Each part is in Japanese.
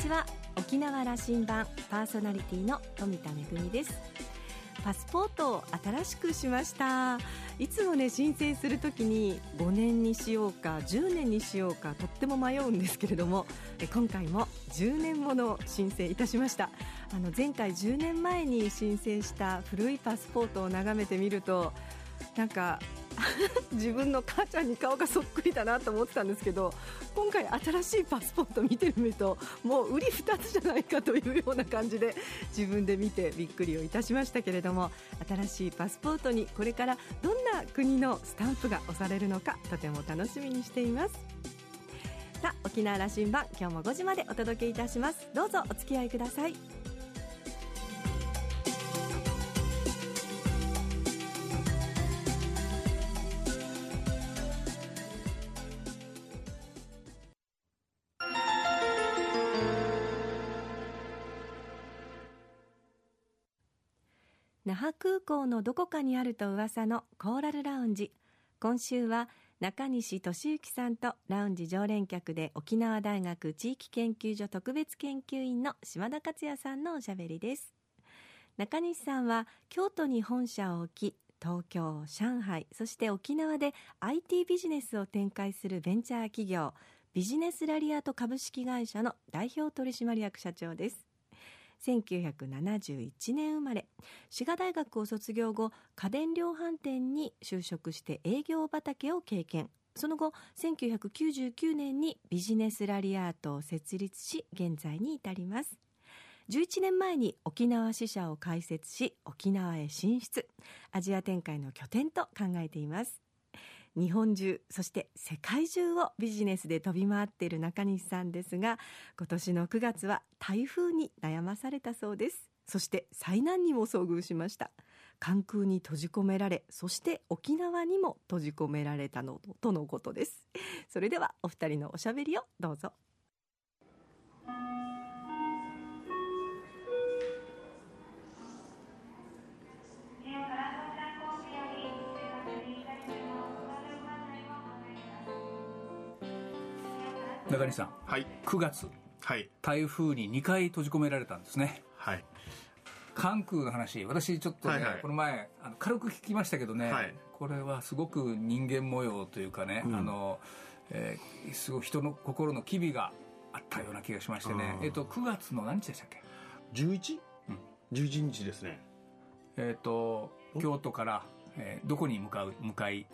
ちは。沖縄羅針盤パーソナリティの富田恵です。パスポートを新しくしました。いつもね、申請するときに5年にしようか10年にしようかとっても迷うんですけれども、今回も10年もの申請いたしました。前回10年前に申請した古いパスポートを眺めてみると、なんか自分の母ちゃんに顔がそっくりだなと思ってたんですけど、今回新しいパスポートを見てみると、もう売り二つじゃないかというような感じで、自分で見てびっくりをいたしましたけれども、新しいパスポートにこれからどんな国のスタンプが押されるのか、とても楽しみにしています。さあ、沖縄羅針盤、今日も5時までお届けいたします。どうぞお付き合いください。那覇空港のどこかにあると噂のコーラルラウンジ。今週は中西俊之さんとラウンジ常連客で沖縄大学地域研究所特別研究員の島田克也さんのおしゃべりです。中西さんは京都に本社を置き、東京、上海、そして沖縄で IT ビジネスを展開するベンチャー企業ビジネスラリアート株式会社の代表取締役社長です。1971年生まれ、滋賀大学を卒業後、家電量販店に就職して営業畑を経験。その後、1999年にビジネスラリアートを設立し、現在に至ります。11年前に沖縄支社を開設し、沖縄へ進出。アジア展開の拠点と考えています。日本中、そして世界中をビジネスで飛び回っている中西さんですが、今年の9月は台風に悩まされたそうです。そして災難にも遭遇しました。関空に閉じ込められ、そして沖縄にも閉じ込められたのとのことです。それではお二人のおしゃべりをどうぞ。 中西さん、はい、9月、はい、台風に2回閉じ込められたんですね。はい、関空の話、私ちょっとね、この前軽く聞きましたけどね、これはすごく人間模様というかね、すごい人の心の機微があったような気がしましてね。9月の何日でしたっけ？11？11 日ですね。 京都から、どこに向かったんですか？ 違う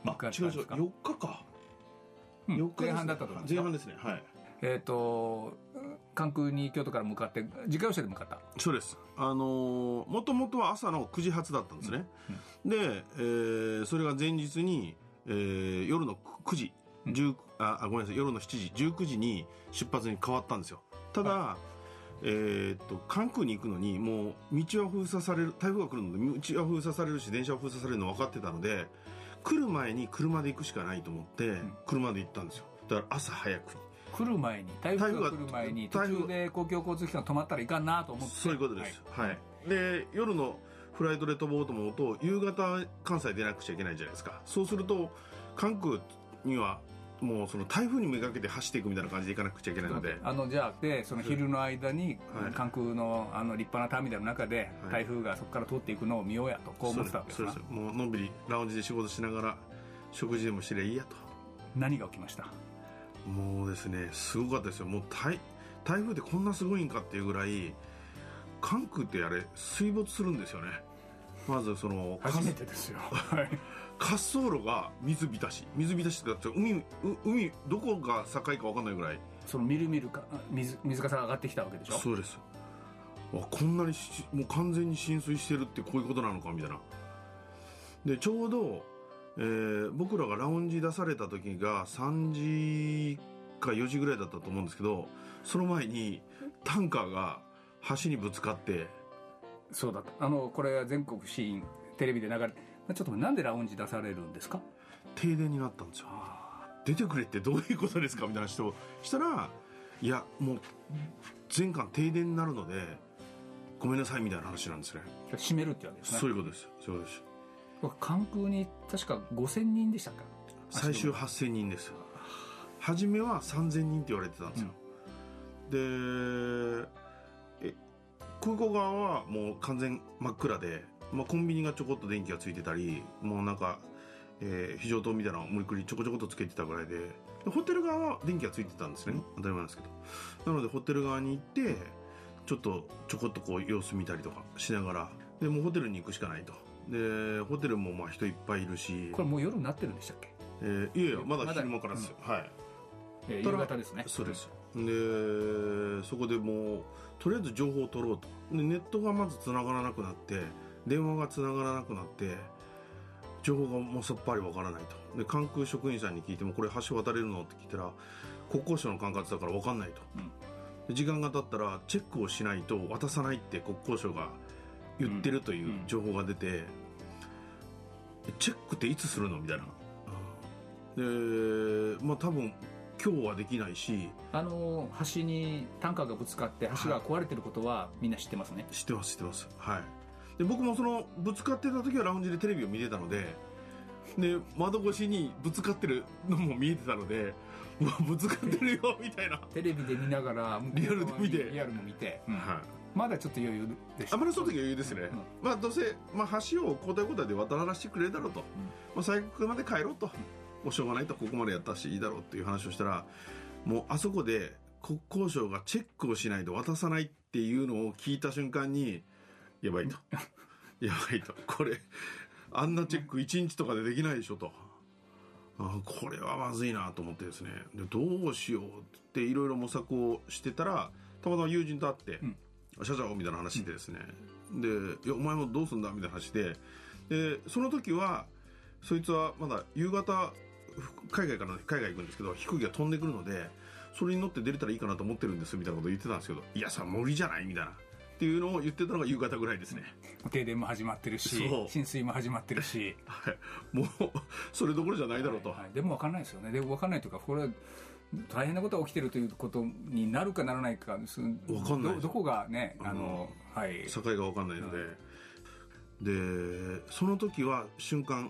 4日か。 前半だったと思います。 前半ですね。はい。 関空に京都から向かって自家用車で向かった。 そうです。もともとは朝の9時発だったんですね。で、それが前日に、夜の9時、ごめんなさい、夜の7時、19時に出発に変わったんですよ。ただ、関空に行くのにもう道は封鎖される、台風が来るので道は封鎖されるし電車は封鎖されるの分かってたので、来る前に車で行くしかないと思って車で行ったんですよ。だから朝早くに来る前に、台風が来る前に途中で公共交通機関止まったらいかんなと思って。 そういうことです。はい、で夜のフライトで飛ぼうと思うと夕方関西出なくちゃいけないじゃないですか。そうすると関空にはもうその台風にめがけて走っていくみたいな感じで行かなくちゃいけないので、 じゃあでその昼の間に関空の立派なターミナルの中で台風がそこから通っていくのを見ようやと、こう思ってたわけですか？ そうです。もうのんびりラウンジで仕事しながら食事でもしてりゃいいやと。 何が起きました？ もうですね、すごかったですよ。もう台風ってこんなすごいんかっていうぐらい、関空ってあれ水没するんですよね。まずその初めてですよ滑走路が水浸しって海どこが境か分かんないぐらい、 そのみるみるか水かさが上がってきたわけでしょ。 そうです。こんなにもう完全に浸水してるってこういうことなのかみたいな。でちょうど、僕らがラウンジ出された時が3時か4時ぐらいだったと思うんですけど、その前にタンカーが橋にぶつかって。 そうだった。これは全国シーンテレビで流れて、ちょっとなんでラウンジ出されるんですか？ 停電になったんですよ。出てくれってどういうことですかみたいな人をしたら、いやもう全館停電になるのでごめんなさいみたいな話なんですね。 閉めるってわけですね。 そういうことです。そうです。 関空に確か5000人でしたか？ 最終8000人です。初めは3000人って言われてたんですよ。 で空港側はもう完全真っ暗で、コンビニがちょこっと電気がついてたり、もうなんか、非常灯みたいなのを無理くりちょこちょこっとつけてたぐらいで、ホテル側は電気がついてたんですね、当たり前なんですけど。なのでホテル側に行ってちょこっとこう様子見たりとかしながら、でもうホテルに行くしかないと。でホテルも人いっぱいいるし。 これもう夜になってるんでしたっけ？ いやまだ昼間からですよ、はい。 夕方ですね。 そうです。でそこでもうとりあえず情報を取ろうと。でネットがまず繋がらなくなって、電話が繋がらなくなって、情報がもうさっぱりわからないと。で関空職員さんに聞いても、これ橋渡れるのって聞いたら、国交省の管轄だからわかんないと、で時間が経ったらチェックをしないと渡さないって国交省が言ってるという情報が出て、チェックっていつするのみたいな。で多分今日はできないし、 橋にタンカーがぶつかって橋が壊れてることはみんな知ってますね。 知ってますはい。で僕もそのぶつかってた時はラウンジでテレビを見てたので、で窓越しにぶつかってるのも見えてたので、ぶつかってるよみたいな。 テレビで見ながらリアルで見て、 リアルも見て、 はい、 まだちょっと余裕でした。 まだその時余裕ですね、どうせ、橋を交代交代で渡らせてくれるだろうと、最悪まで帰ろうと、もうしょうがないと、ここまでやったしいいだろうっていう話をしたら、もうあそこで国交省がチェックをしないと渡さないっていうのを聞いた瞬間に、やばいとやばいと、これあんなチェック1日とかでできないでしょと、これはまずいなと思ってですね、でどうしようっていろいろ模索をしてたら、たまたま友人と会って、社長みたいな話でですね、でいやお前もどうすんだみたいな話で、その時はそいつはまだ夕方海外行くんですけど、飛行機が飛んでくるので、それに乗って出れたらいいかなと思ってるんですみたいなことを言ってたんですけど、いやさ無理じゃないみたいなっていうのを言ってたのが夕方ぐらいですね。 停電も始まってるし、浸水も始まってるし、 はい、もうそれどころじゃないだろうと、 でも分かんないですよね。でも分かんないというか、これ大変なことが起きてるということになるかならないか、分かんない、 どこがね、境が分かんないので、でその時は瞬間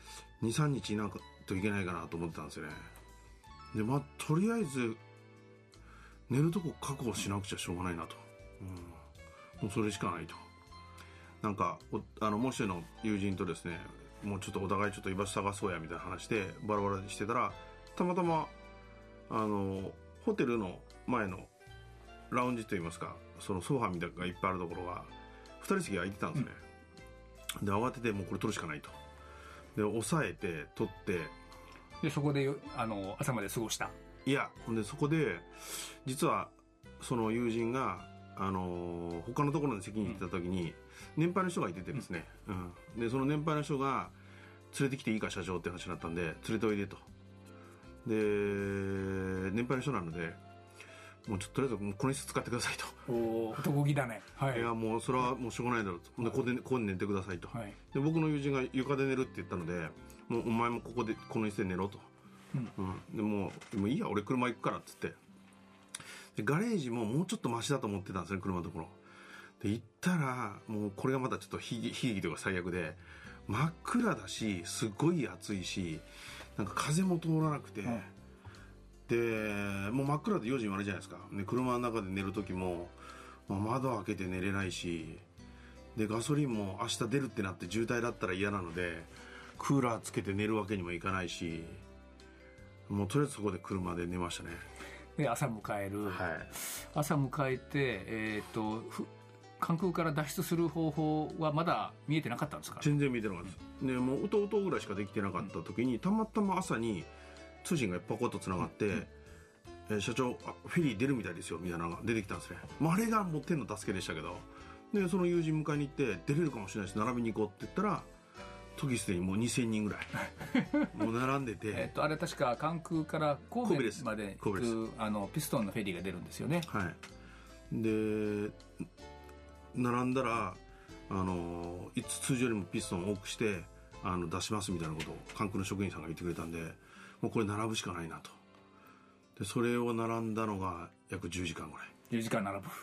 2,3 日いなくといけないかなと思ってたんですよね。でとりあえず寝るとこ確保しなくちゃしょうがないなと、もうそれしかないと。なんかもう一人の友人とですね、もうちょっとお互いちょっと居場所探そうやみたいな話でバラバラにしてたら、たまたまホテルの前のラウンジといいますか、そのソファーみたいなのがいっぱいあるところが2人席空いてたんですね、で慌ててもうこれ取るしかないと、で押さえて取って、 でそこで朝まで過ごした。 いやでそこで実はその友人が他のところに席に行った時に、年配の人がいててですね、でその年配の人が連れてきていいか社長って話になったんで、連れておいでと。で年配の人なので、もうちょっととりあえずこの椅子使ってくださいと。 男気だね、 いやもうそれはもうしょうがないだろうと、でここに寝てくださいと、で僕の友人が床で寝るって言ったので、もうお前もこの椅子で寝ろと、でもういいや俺車行くからっつって、でガレージももうちょっとマシだと思ってたんですね、車のところで。行ったらもうこれがまたちょっと悲劇というか最悪で、真っ暗だしすごい暑いし、なんか風も通らなくて、でもう真っ暗で4時に割るじゃないですか。で車の中で寝る時も、窓開けて寝れないし、でガソリンも明日出るってなって渋滞だったら嫌なのでクーラーつけて寝るわけにもいかないし、もうとりあえずそこで車で寝ましたね。 で朝迎える、朝迎えて、関空から脱出する方法はまだ見えてなかったんですか？ 全然見えてなかったです、ね、もう弟ぐらいしかできてなかった時に、たまたま朝に通信がパコッとつながって、社長フェリー出るみたいですよみたいなのが出てきたんですね。あれがもう天の助けでしたけど、でその友人迎えに行って出れるかもしれないし並びに行こうって言ったら、時すでにもう2000人ぐらいもう並んでてあれ確か関空から神戸まで行くピストンのフェリーが出るんですよね。 で並んだら通常よりもピストンを多くして出しますみたいなことを関空の職員さんが言ってくれたんで、もうこれ並ぶしかないなと。でそれを並んだのが約10時間ぐらい。 10時間並ぶ、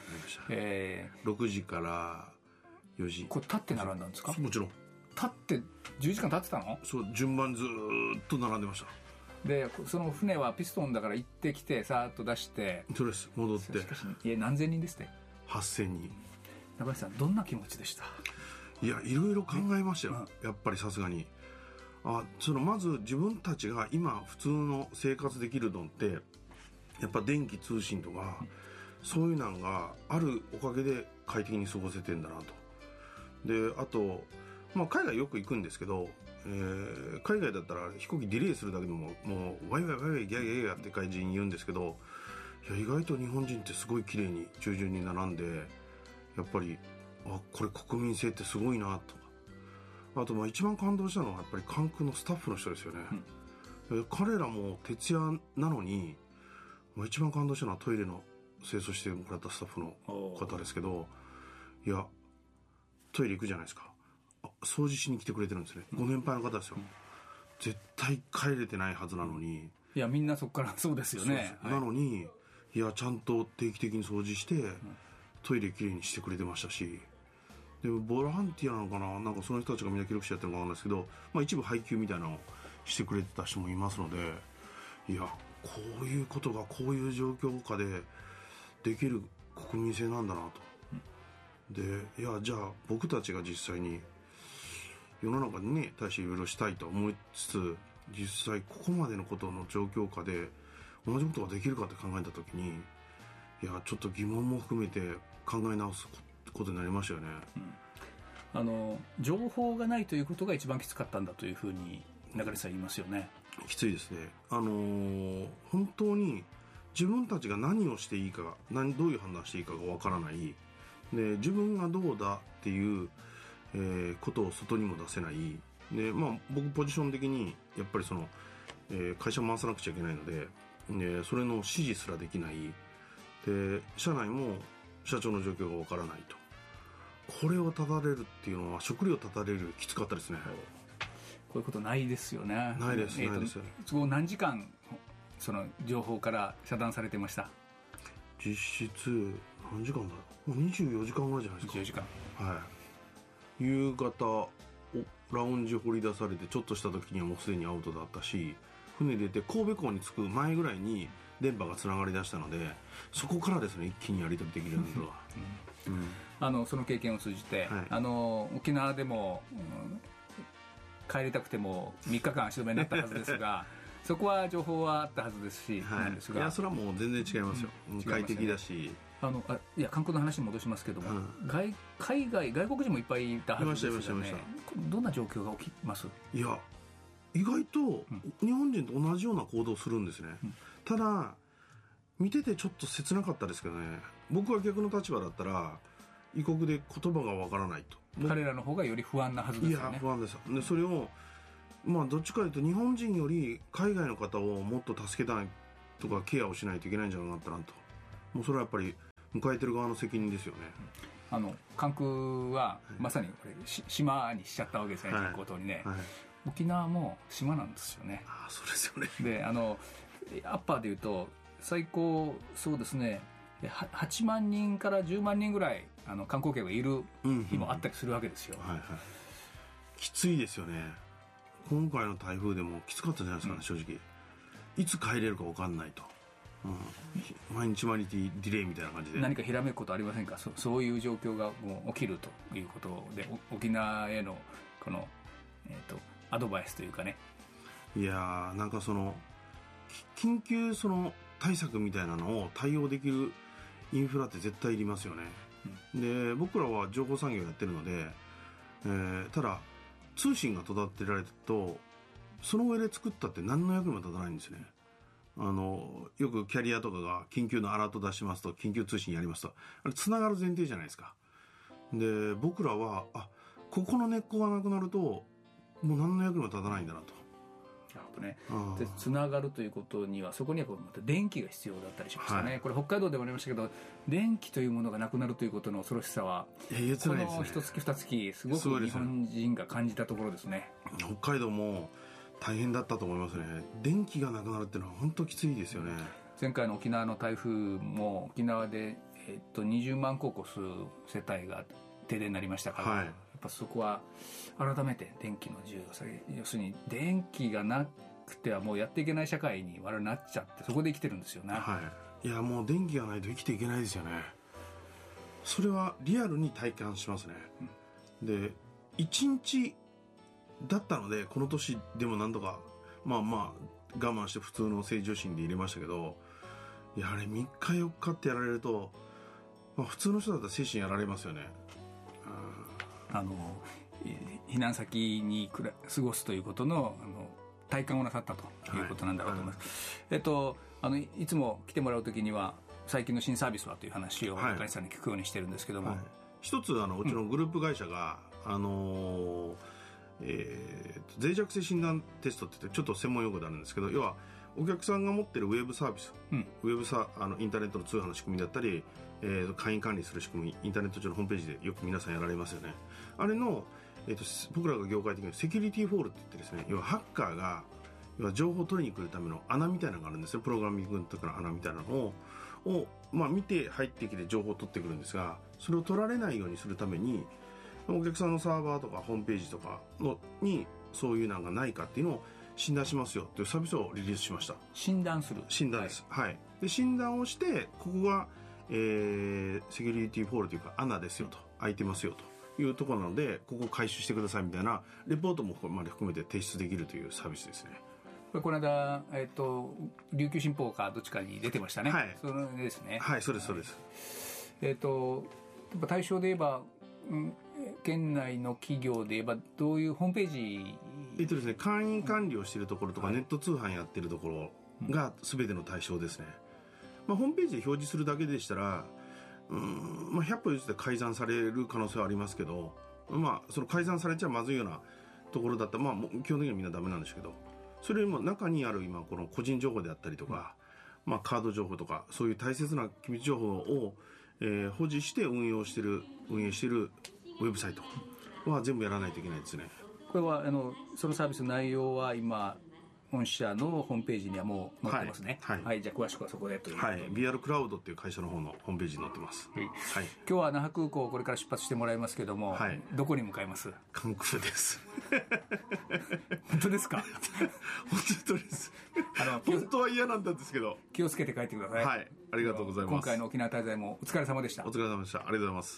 6時から4時。 これ立って並んだんですか？ もちろん立って10時間経ってたの？ そう、順番ずっと並んでました。 でその船はピストンだから行ってきてさーっと出してそうです、戻って。 しかし何千人ですって。 8000人。 中井さんどんな気持ちでした？ いや、いろいろ考えましたよ、やっぱりさすがに。まず自分たちが今普通の生活できるのってやっぱ電気通信とか、そういうのがあるおかげで快適に過ごせてんだなと。であと、海外よく行くんですけど、海外だったら飛行機ディレイするだけでももうワイワイワイワイギャーギャーギャーって外人言うんですけど、いや意外と日本人ってすごい綺麗に中順に並んで、やっぱりこれ国民性ってすごいなとか。あと一番感動したのはやっぱり関空のスタッフの人ですよね、彼らも徹夜なのに、一番感動したのはトイレの清掃してもらったスタッフの方ですけど、いやトイレ行くじゃないですか、掃除しに来てくれてるんですね、ご年配の方ですよ、絶対帰れてないはずなのに、 いやみんなそこからそうですよね、 なのにいやちゃんと定期的に掃除して、トイレきれいにしてくれてましたし、でボランティアなのかな、なんかその人たちがみんな記録してやってるのかわかんないですけど、一部配給みたいなのをしてくれてた人もいますので、いやこういうことがこういう状況下でできる国民性なんだなと、でいやじゃあ僕たちが実際に世の中にね対していろいろしたいと思いつつ、実際ここまでのことの状況下で同じことができるかって考えた時に、いやちょっと疑問も含めて考え直すことになりましたよね、 情報がないということが一番きつかったんだというふうに中根さん言いますよね。 きついですね。本当に自分たちが何をしていいか、どういう判断していいかがわからない。で、自分がどうだっていう、ことを外にも出せない。で、僕ポジション的にやっぱり会社を回さなくちゃいけないので、それの指示すらできない。で、社内も社長の状況がわからないと。これを立たれるっていうのは食料を立たれるきつかったですね。 こういうことないですよね。 ないです、ないです。 そこ何時間その情報から遮断されてました？ 実質何時間だろう。もう24時間ぐらいじゃないですか。 24時間。 はい。夕方ラウンジ掘り出されてちょっとした時にはもうすでにアウトだったし、船出て神戸港に着く前ぐらいに電波がつながりだしたので、そこからですね一気にやり取りできるようになったわ。その経験を通じて、はい、沖縄でも、帰りたくても3日間足止めになったはずですがそこは情報はあったはずですし、 はい、 なんですが、 いやそれはもう全然違いますよ、快適だし、 いや観光の話に戻しますけども、外国人もいっぱいいたはずですよね。どんな状況が起きます？ いや意外と日本人と同じような行動をするんですね、ただ見ててちょっと切なかったですけどね。僕は逆の立場だったら異国で言葉がわからないと、 彼らの方がより不安なはずですよね。 いや不安です。でそれをどっちかというと日本人より海外の方をもっと助けたいとかケアをしないといけないんじゃなかったなと。もうそれはやっぱり迎えてる側の責任ですよね。 関空はまさにこれ島にしちゃったわけですね、人工島にね、沖縄も島なんですよね。 そうですよね。 でアッパーでいうと最高そうですね8万人から10万人ぐらい観光客がいる日もあったりするわけですよ、 きついですよね。今回の台風でもきつかったじゃないですかね、正直いつ帰れるか分かんないと、毎日ディレイみたいな感じで。 何かひらめくことありませんか？そういう状況がもう起きるということで、沖縄へのこの、アドバイスというかね。 いやなんか緊急対策みたいなのを対応できるインフラって絶対いりますよね、で僕らは情報産業やってるので、ただ通信が途絶ってられるとその上で作ったって何の役にも立たないんですね。よくキャリアとかが緊急のアラート出しますと緊急通信やりますとつながる前提じゃないですか。で僕らはここの根っこがなくなるともう何の役にも立たないんだなと。 なるほどね。でつながるということにはそこにはまた電気が必要だったりしましたね、これ北海道でもありましたけど電気というものがなくなるということの恐ろしさはこの一月二月すごく日本人が感じたところですね。 北海道も大変だったと思いますね。電気がなくなるっていうのは本当きついですよね。 前回の沖縄の台風も沖縄で、20万戸を超す世帯が停電になりましたから、やっぱそこは改めて電気の重要さ、要するに電気がなくてはもうやっていけない社会に我々なっちゃって、そこで生きてるんですよね。 はい、いやもう電気がないと生きていけないですよね。それはリアルに体感しますね、で1日だったのでこの年でもなんとかまあ我慢して普通の正常心で入れましたけど、いやあれ3日4日ってやられると、普通の人だったら精神やられますよね。 避難先に過ごすということの体感をなさったということなんだろうと思います。いつも来てもらうときには最近の新サービスはという話を中西さんに聞くようにしてるんですけども、 一つうちのグループ会社が、脆弱性診断テストって言ってちょっと専門用語であるんですけど、要はお客さんが持ってるウェブサービス、インターネットの通販の仕組みだったり、会員管理する仕組み、インターネット上のホームページでよく皆さんやられますよね。あれの、僕らが業界的にセキュリティフォールって言ってですね、要はハッカーが要は情報を取りに来るための穴みたいなのがあるんですよ。プログラミングとかの穴みたいなのを見て入ってきて情報を取ってくるんですが、それを取られないようにするためにお客さんのサーバーとかホームページとかにそういうのがないかっていうのを診断しますよというサービスをリリースしました。 診断する診断です、はい、で診断をしてここが、セキュリティフォールというか穴ですよと、開いてますよというところなのでここを回収してくださいみたいなレポートも含めて提出できるというサービスですね。 この間、琉球新報かどっちかに出てましたね。 はい、 それですね。 はい、そうですそうです。 対象で言えば、県内の企業で言えばどういうホームページですね、会員管理をしているところとか、ネット通販やってるところが全ての対象ですね。ホームページで表示するだけでしたら100歩譲って改ざんされる可能性はありますけど、その改ざんされちゃまずいようなところだったら、基本的にはみんなダメなんですけど、それよりも中にある今この個人情報であったりとか、カード情報とかそういう大切な機密情報を、保持して運営しているウェブサイトは全部やらないといけないですね。 これはそのサービスの内容は今御社のホームページにはもう載ってますね。はい、じゃあ詳しくはそこでという。 はい、BR クラウドっていう会社の方のホームページに載ってます。はい、 今日は那覇空港これから出発してもらいますけども、どこに向かいます？ 関空です。 本当ですか？ 本当です。本当は嫌なんですけど。 気をつけて帰ってください。 はい、ありがとうございます。 今回の沖縄滞在もお疲れ様でした。 お疲れ様でした。ありがとうございます。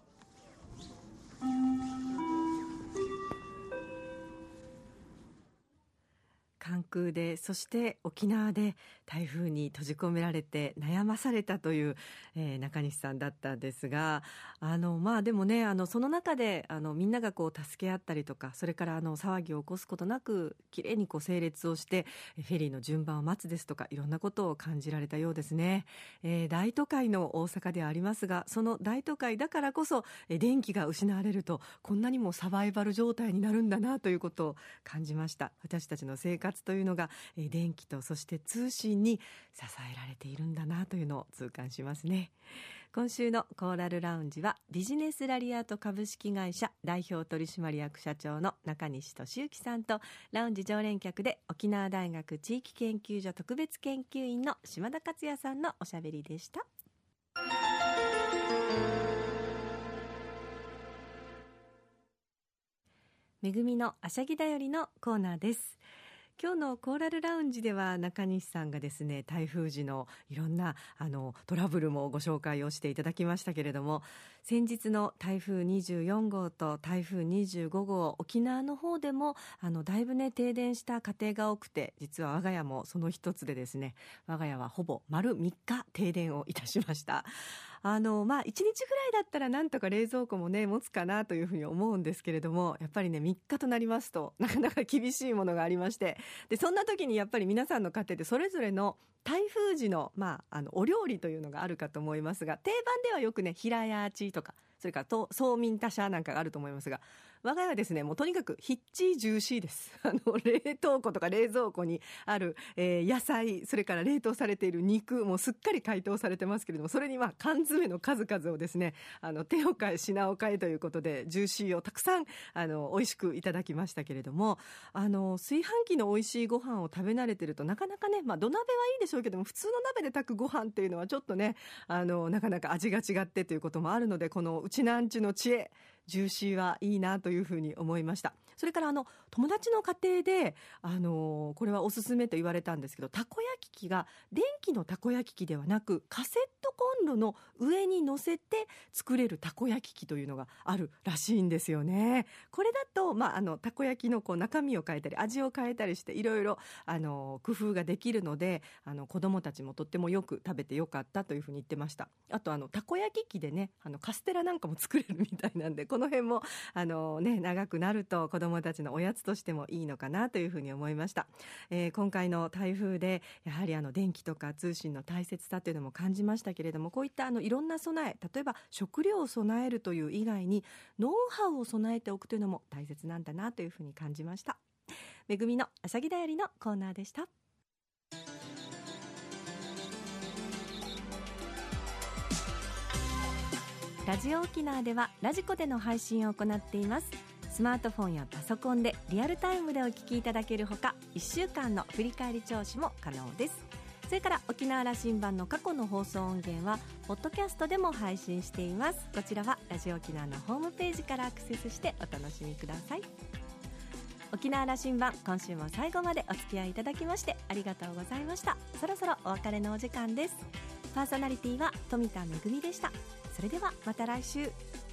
関空で、そして沖縄で台風に閉じ込められて悩まされたという、中西さんだったんですが、でもね、その中でみんなが助け合ったりとか、それから騒ぎを起こすことなくきれいに整列をしてフェリーの順番を待つですとか、いろんなことを感じられたようですね。大都会の大阪ではありますが、その大都会だからこそ電気が失われるとこんなにもサバイバル状態になるんだなということを感じました。私たちの生活というのが電気とそして通信に支えられているんだなというのを痛感しますね。今週のコーラルラウンジはビジネスラリアート株式会社代表取締役社長の中西俊之さんと、ラウンジ常連客で沖縄大学地域研究所特別研究員の島田克也さんのおしゃべりでした。めぐみのあしゃぎだよりのコーナーです。今日のコーラルラウンジでは中西さんがですね、台風時のいろんなトラブルもご紹介をしていただきましたけれども、先日の台風24号と台風25号、沖縄の方でもだいぶね停電した家庭が多くて、実は我が家もその一つでですね、我が家はほぼ丸3日停電をいたしました。1日ぐらいだったらなんとか冷蔵庫もね持つかなというふうに思うんですけれども、やっぱりね3日となりますとなかなか厳しいものがありまして、でそんな時にやっぱり皆さんの家庭でそれぞれの台風時の、お料理というのがあるかと思いますが、定番ではよくね平屋地とか、それからそうみんたしゃなんかがあると思いますが、我が家はですねもうとにかくヒッチジューシーです。冷凍庫とか冷蔵庫にある、野菜、それから冷凍されている肉もすっかり解凍されてますけれども、それに缶詰の数々をですね手を変え品を変えということでジューシーをたくさん美味しくいただきましたけれども、炊飯器の美味しいご飯を食べ慣れてるとなかなかね、土鍋はいいでしょうけども、普通の鍋で炊くご飯っていうのはちょっとねなかなか味が違ってということもあるので、このうちなんちゅの知恵ジューシーはいいなというふうに思いました。それから友達の家庭でこれはおすすめと言われたんですけど、たこ焼き器が電気のたこ焼き器ではなくカセットコンロの上に乗せて作れるたこ焼き器というのがあるらしいんですよね。これだと、たこ焼きの中身を変えたり味を変えたりしていろいろ工夫ができるので、子どもたちもとってもよく食べてよかったというふうに言ってました。あとたこ焼き器でね、カステラなんかも作れるみたいなんで、この辺も長くなると子どもたちのおやつとしてもいいのかなというふうに思いました。今回の台風でやはり電気とか通信の大切さというのも感じましたけれども、こういったいろんな備え、例えば食料を備えるという以外にノウハウを備えておくというのも大切なんだなというふうに感じました。めぐみのあしゃぎだよりのコーナーでした。ラジオ沖縄ではラジコでの配信を行っています。スマートフォンやパソコンでリアルタイムでお聞きいただけるほか、1週間の振り返り聴取も可能です。それから沖縄羅針盤の過去の放送音源はポッドキャストでも配信しています。こちらはラジオ沖縄のホームページからアクセスしてお楽しみください。沖縄羅針盤、今週も最後までお付き合いいただきましてありがとうございました。そろそろお別れのお時間です。パーソナリティは富田恵でした。それではまた来週。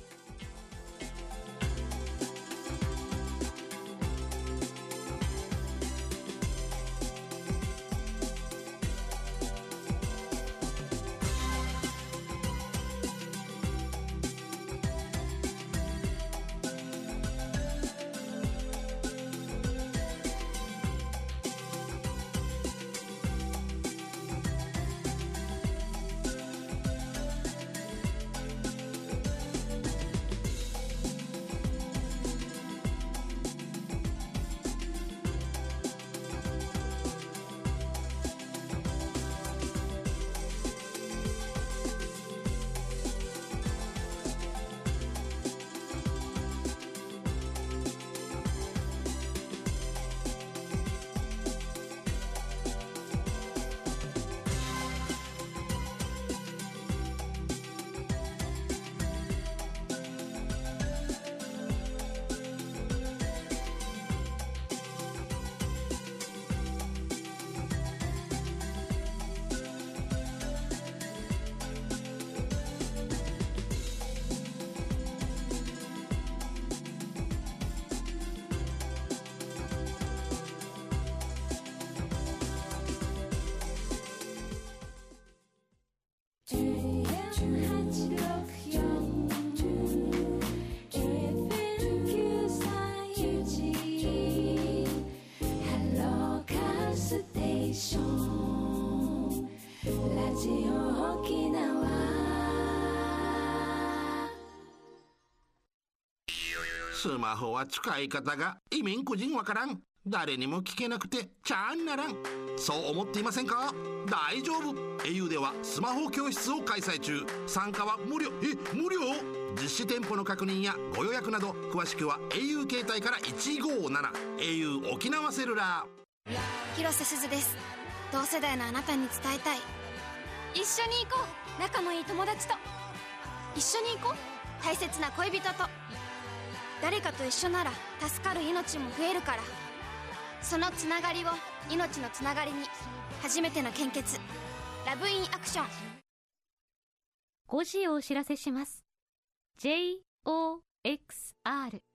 スマホは使い方がイメンコ人わからん、誰にも聞けなくてちゃんならん、そう思っていませんか？大丈夫。 au ではスマホ教室を開催中。参加は無料。無料？実施店舗の確認やご予約など詳しくは au 携帯から157 au 沖縄セルラー。 広瀬すずです。同世代のあなたに伝えたい。一緒に行こう、仲のいい友達と。一緒に行こう、大切な恋人と。誰かと一緒なら助かる命も増えるから。そのつながりを命のつながりに。初めての献血、ラブインアクション。 5時をお知らせします。JOXR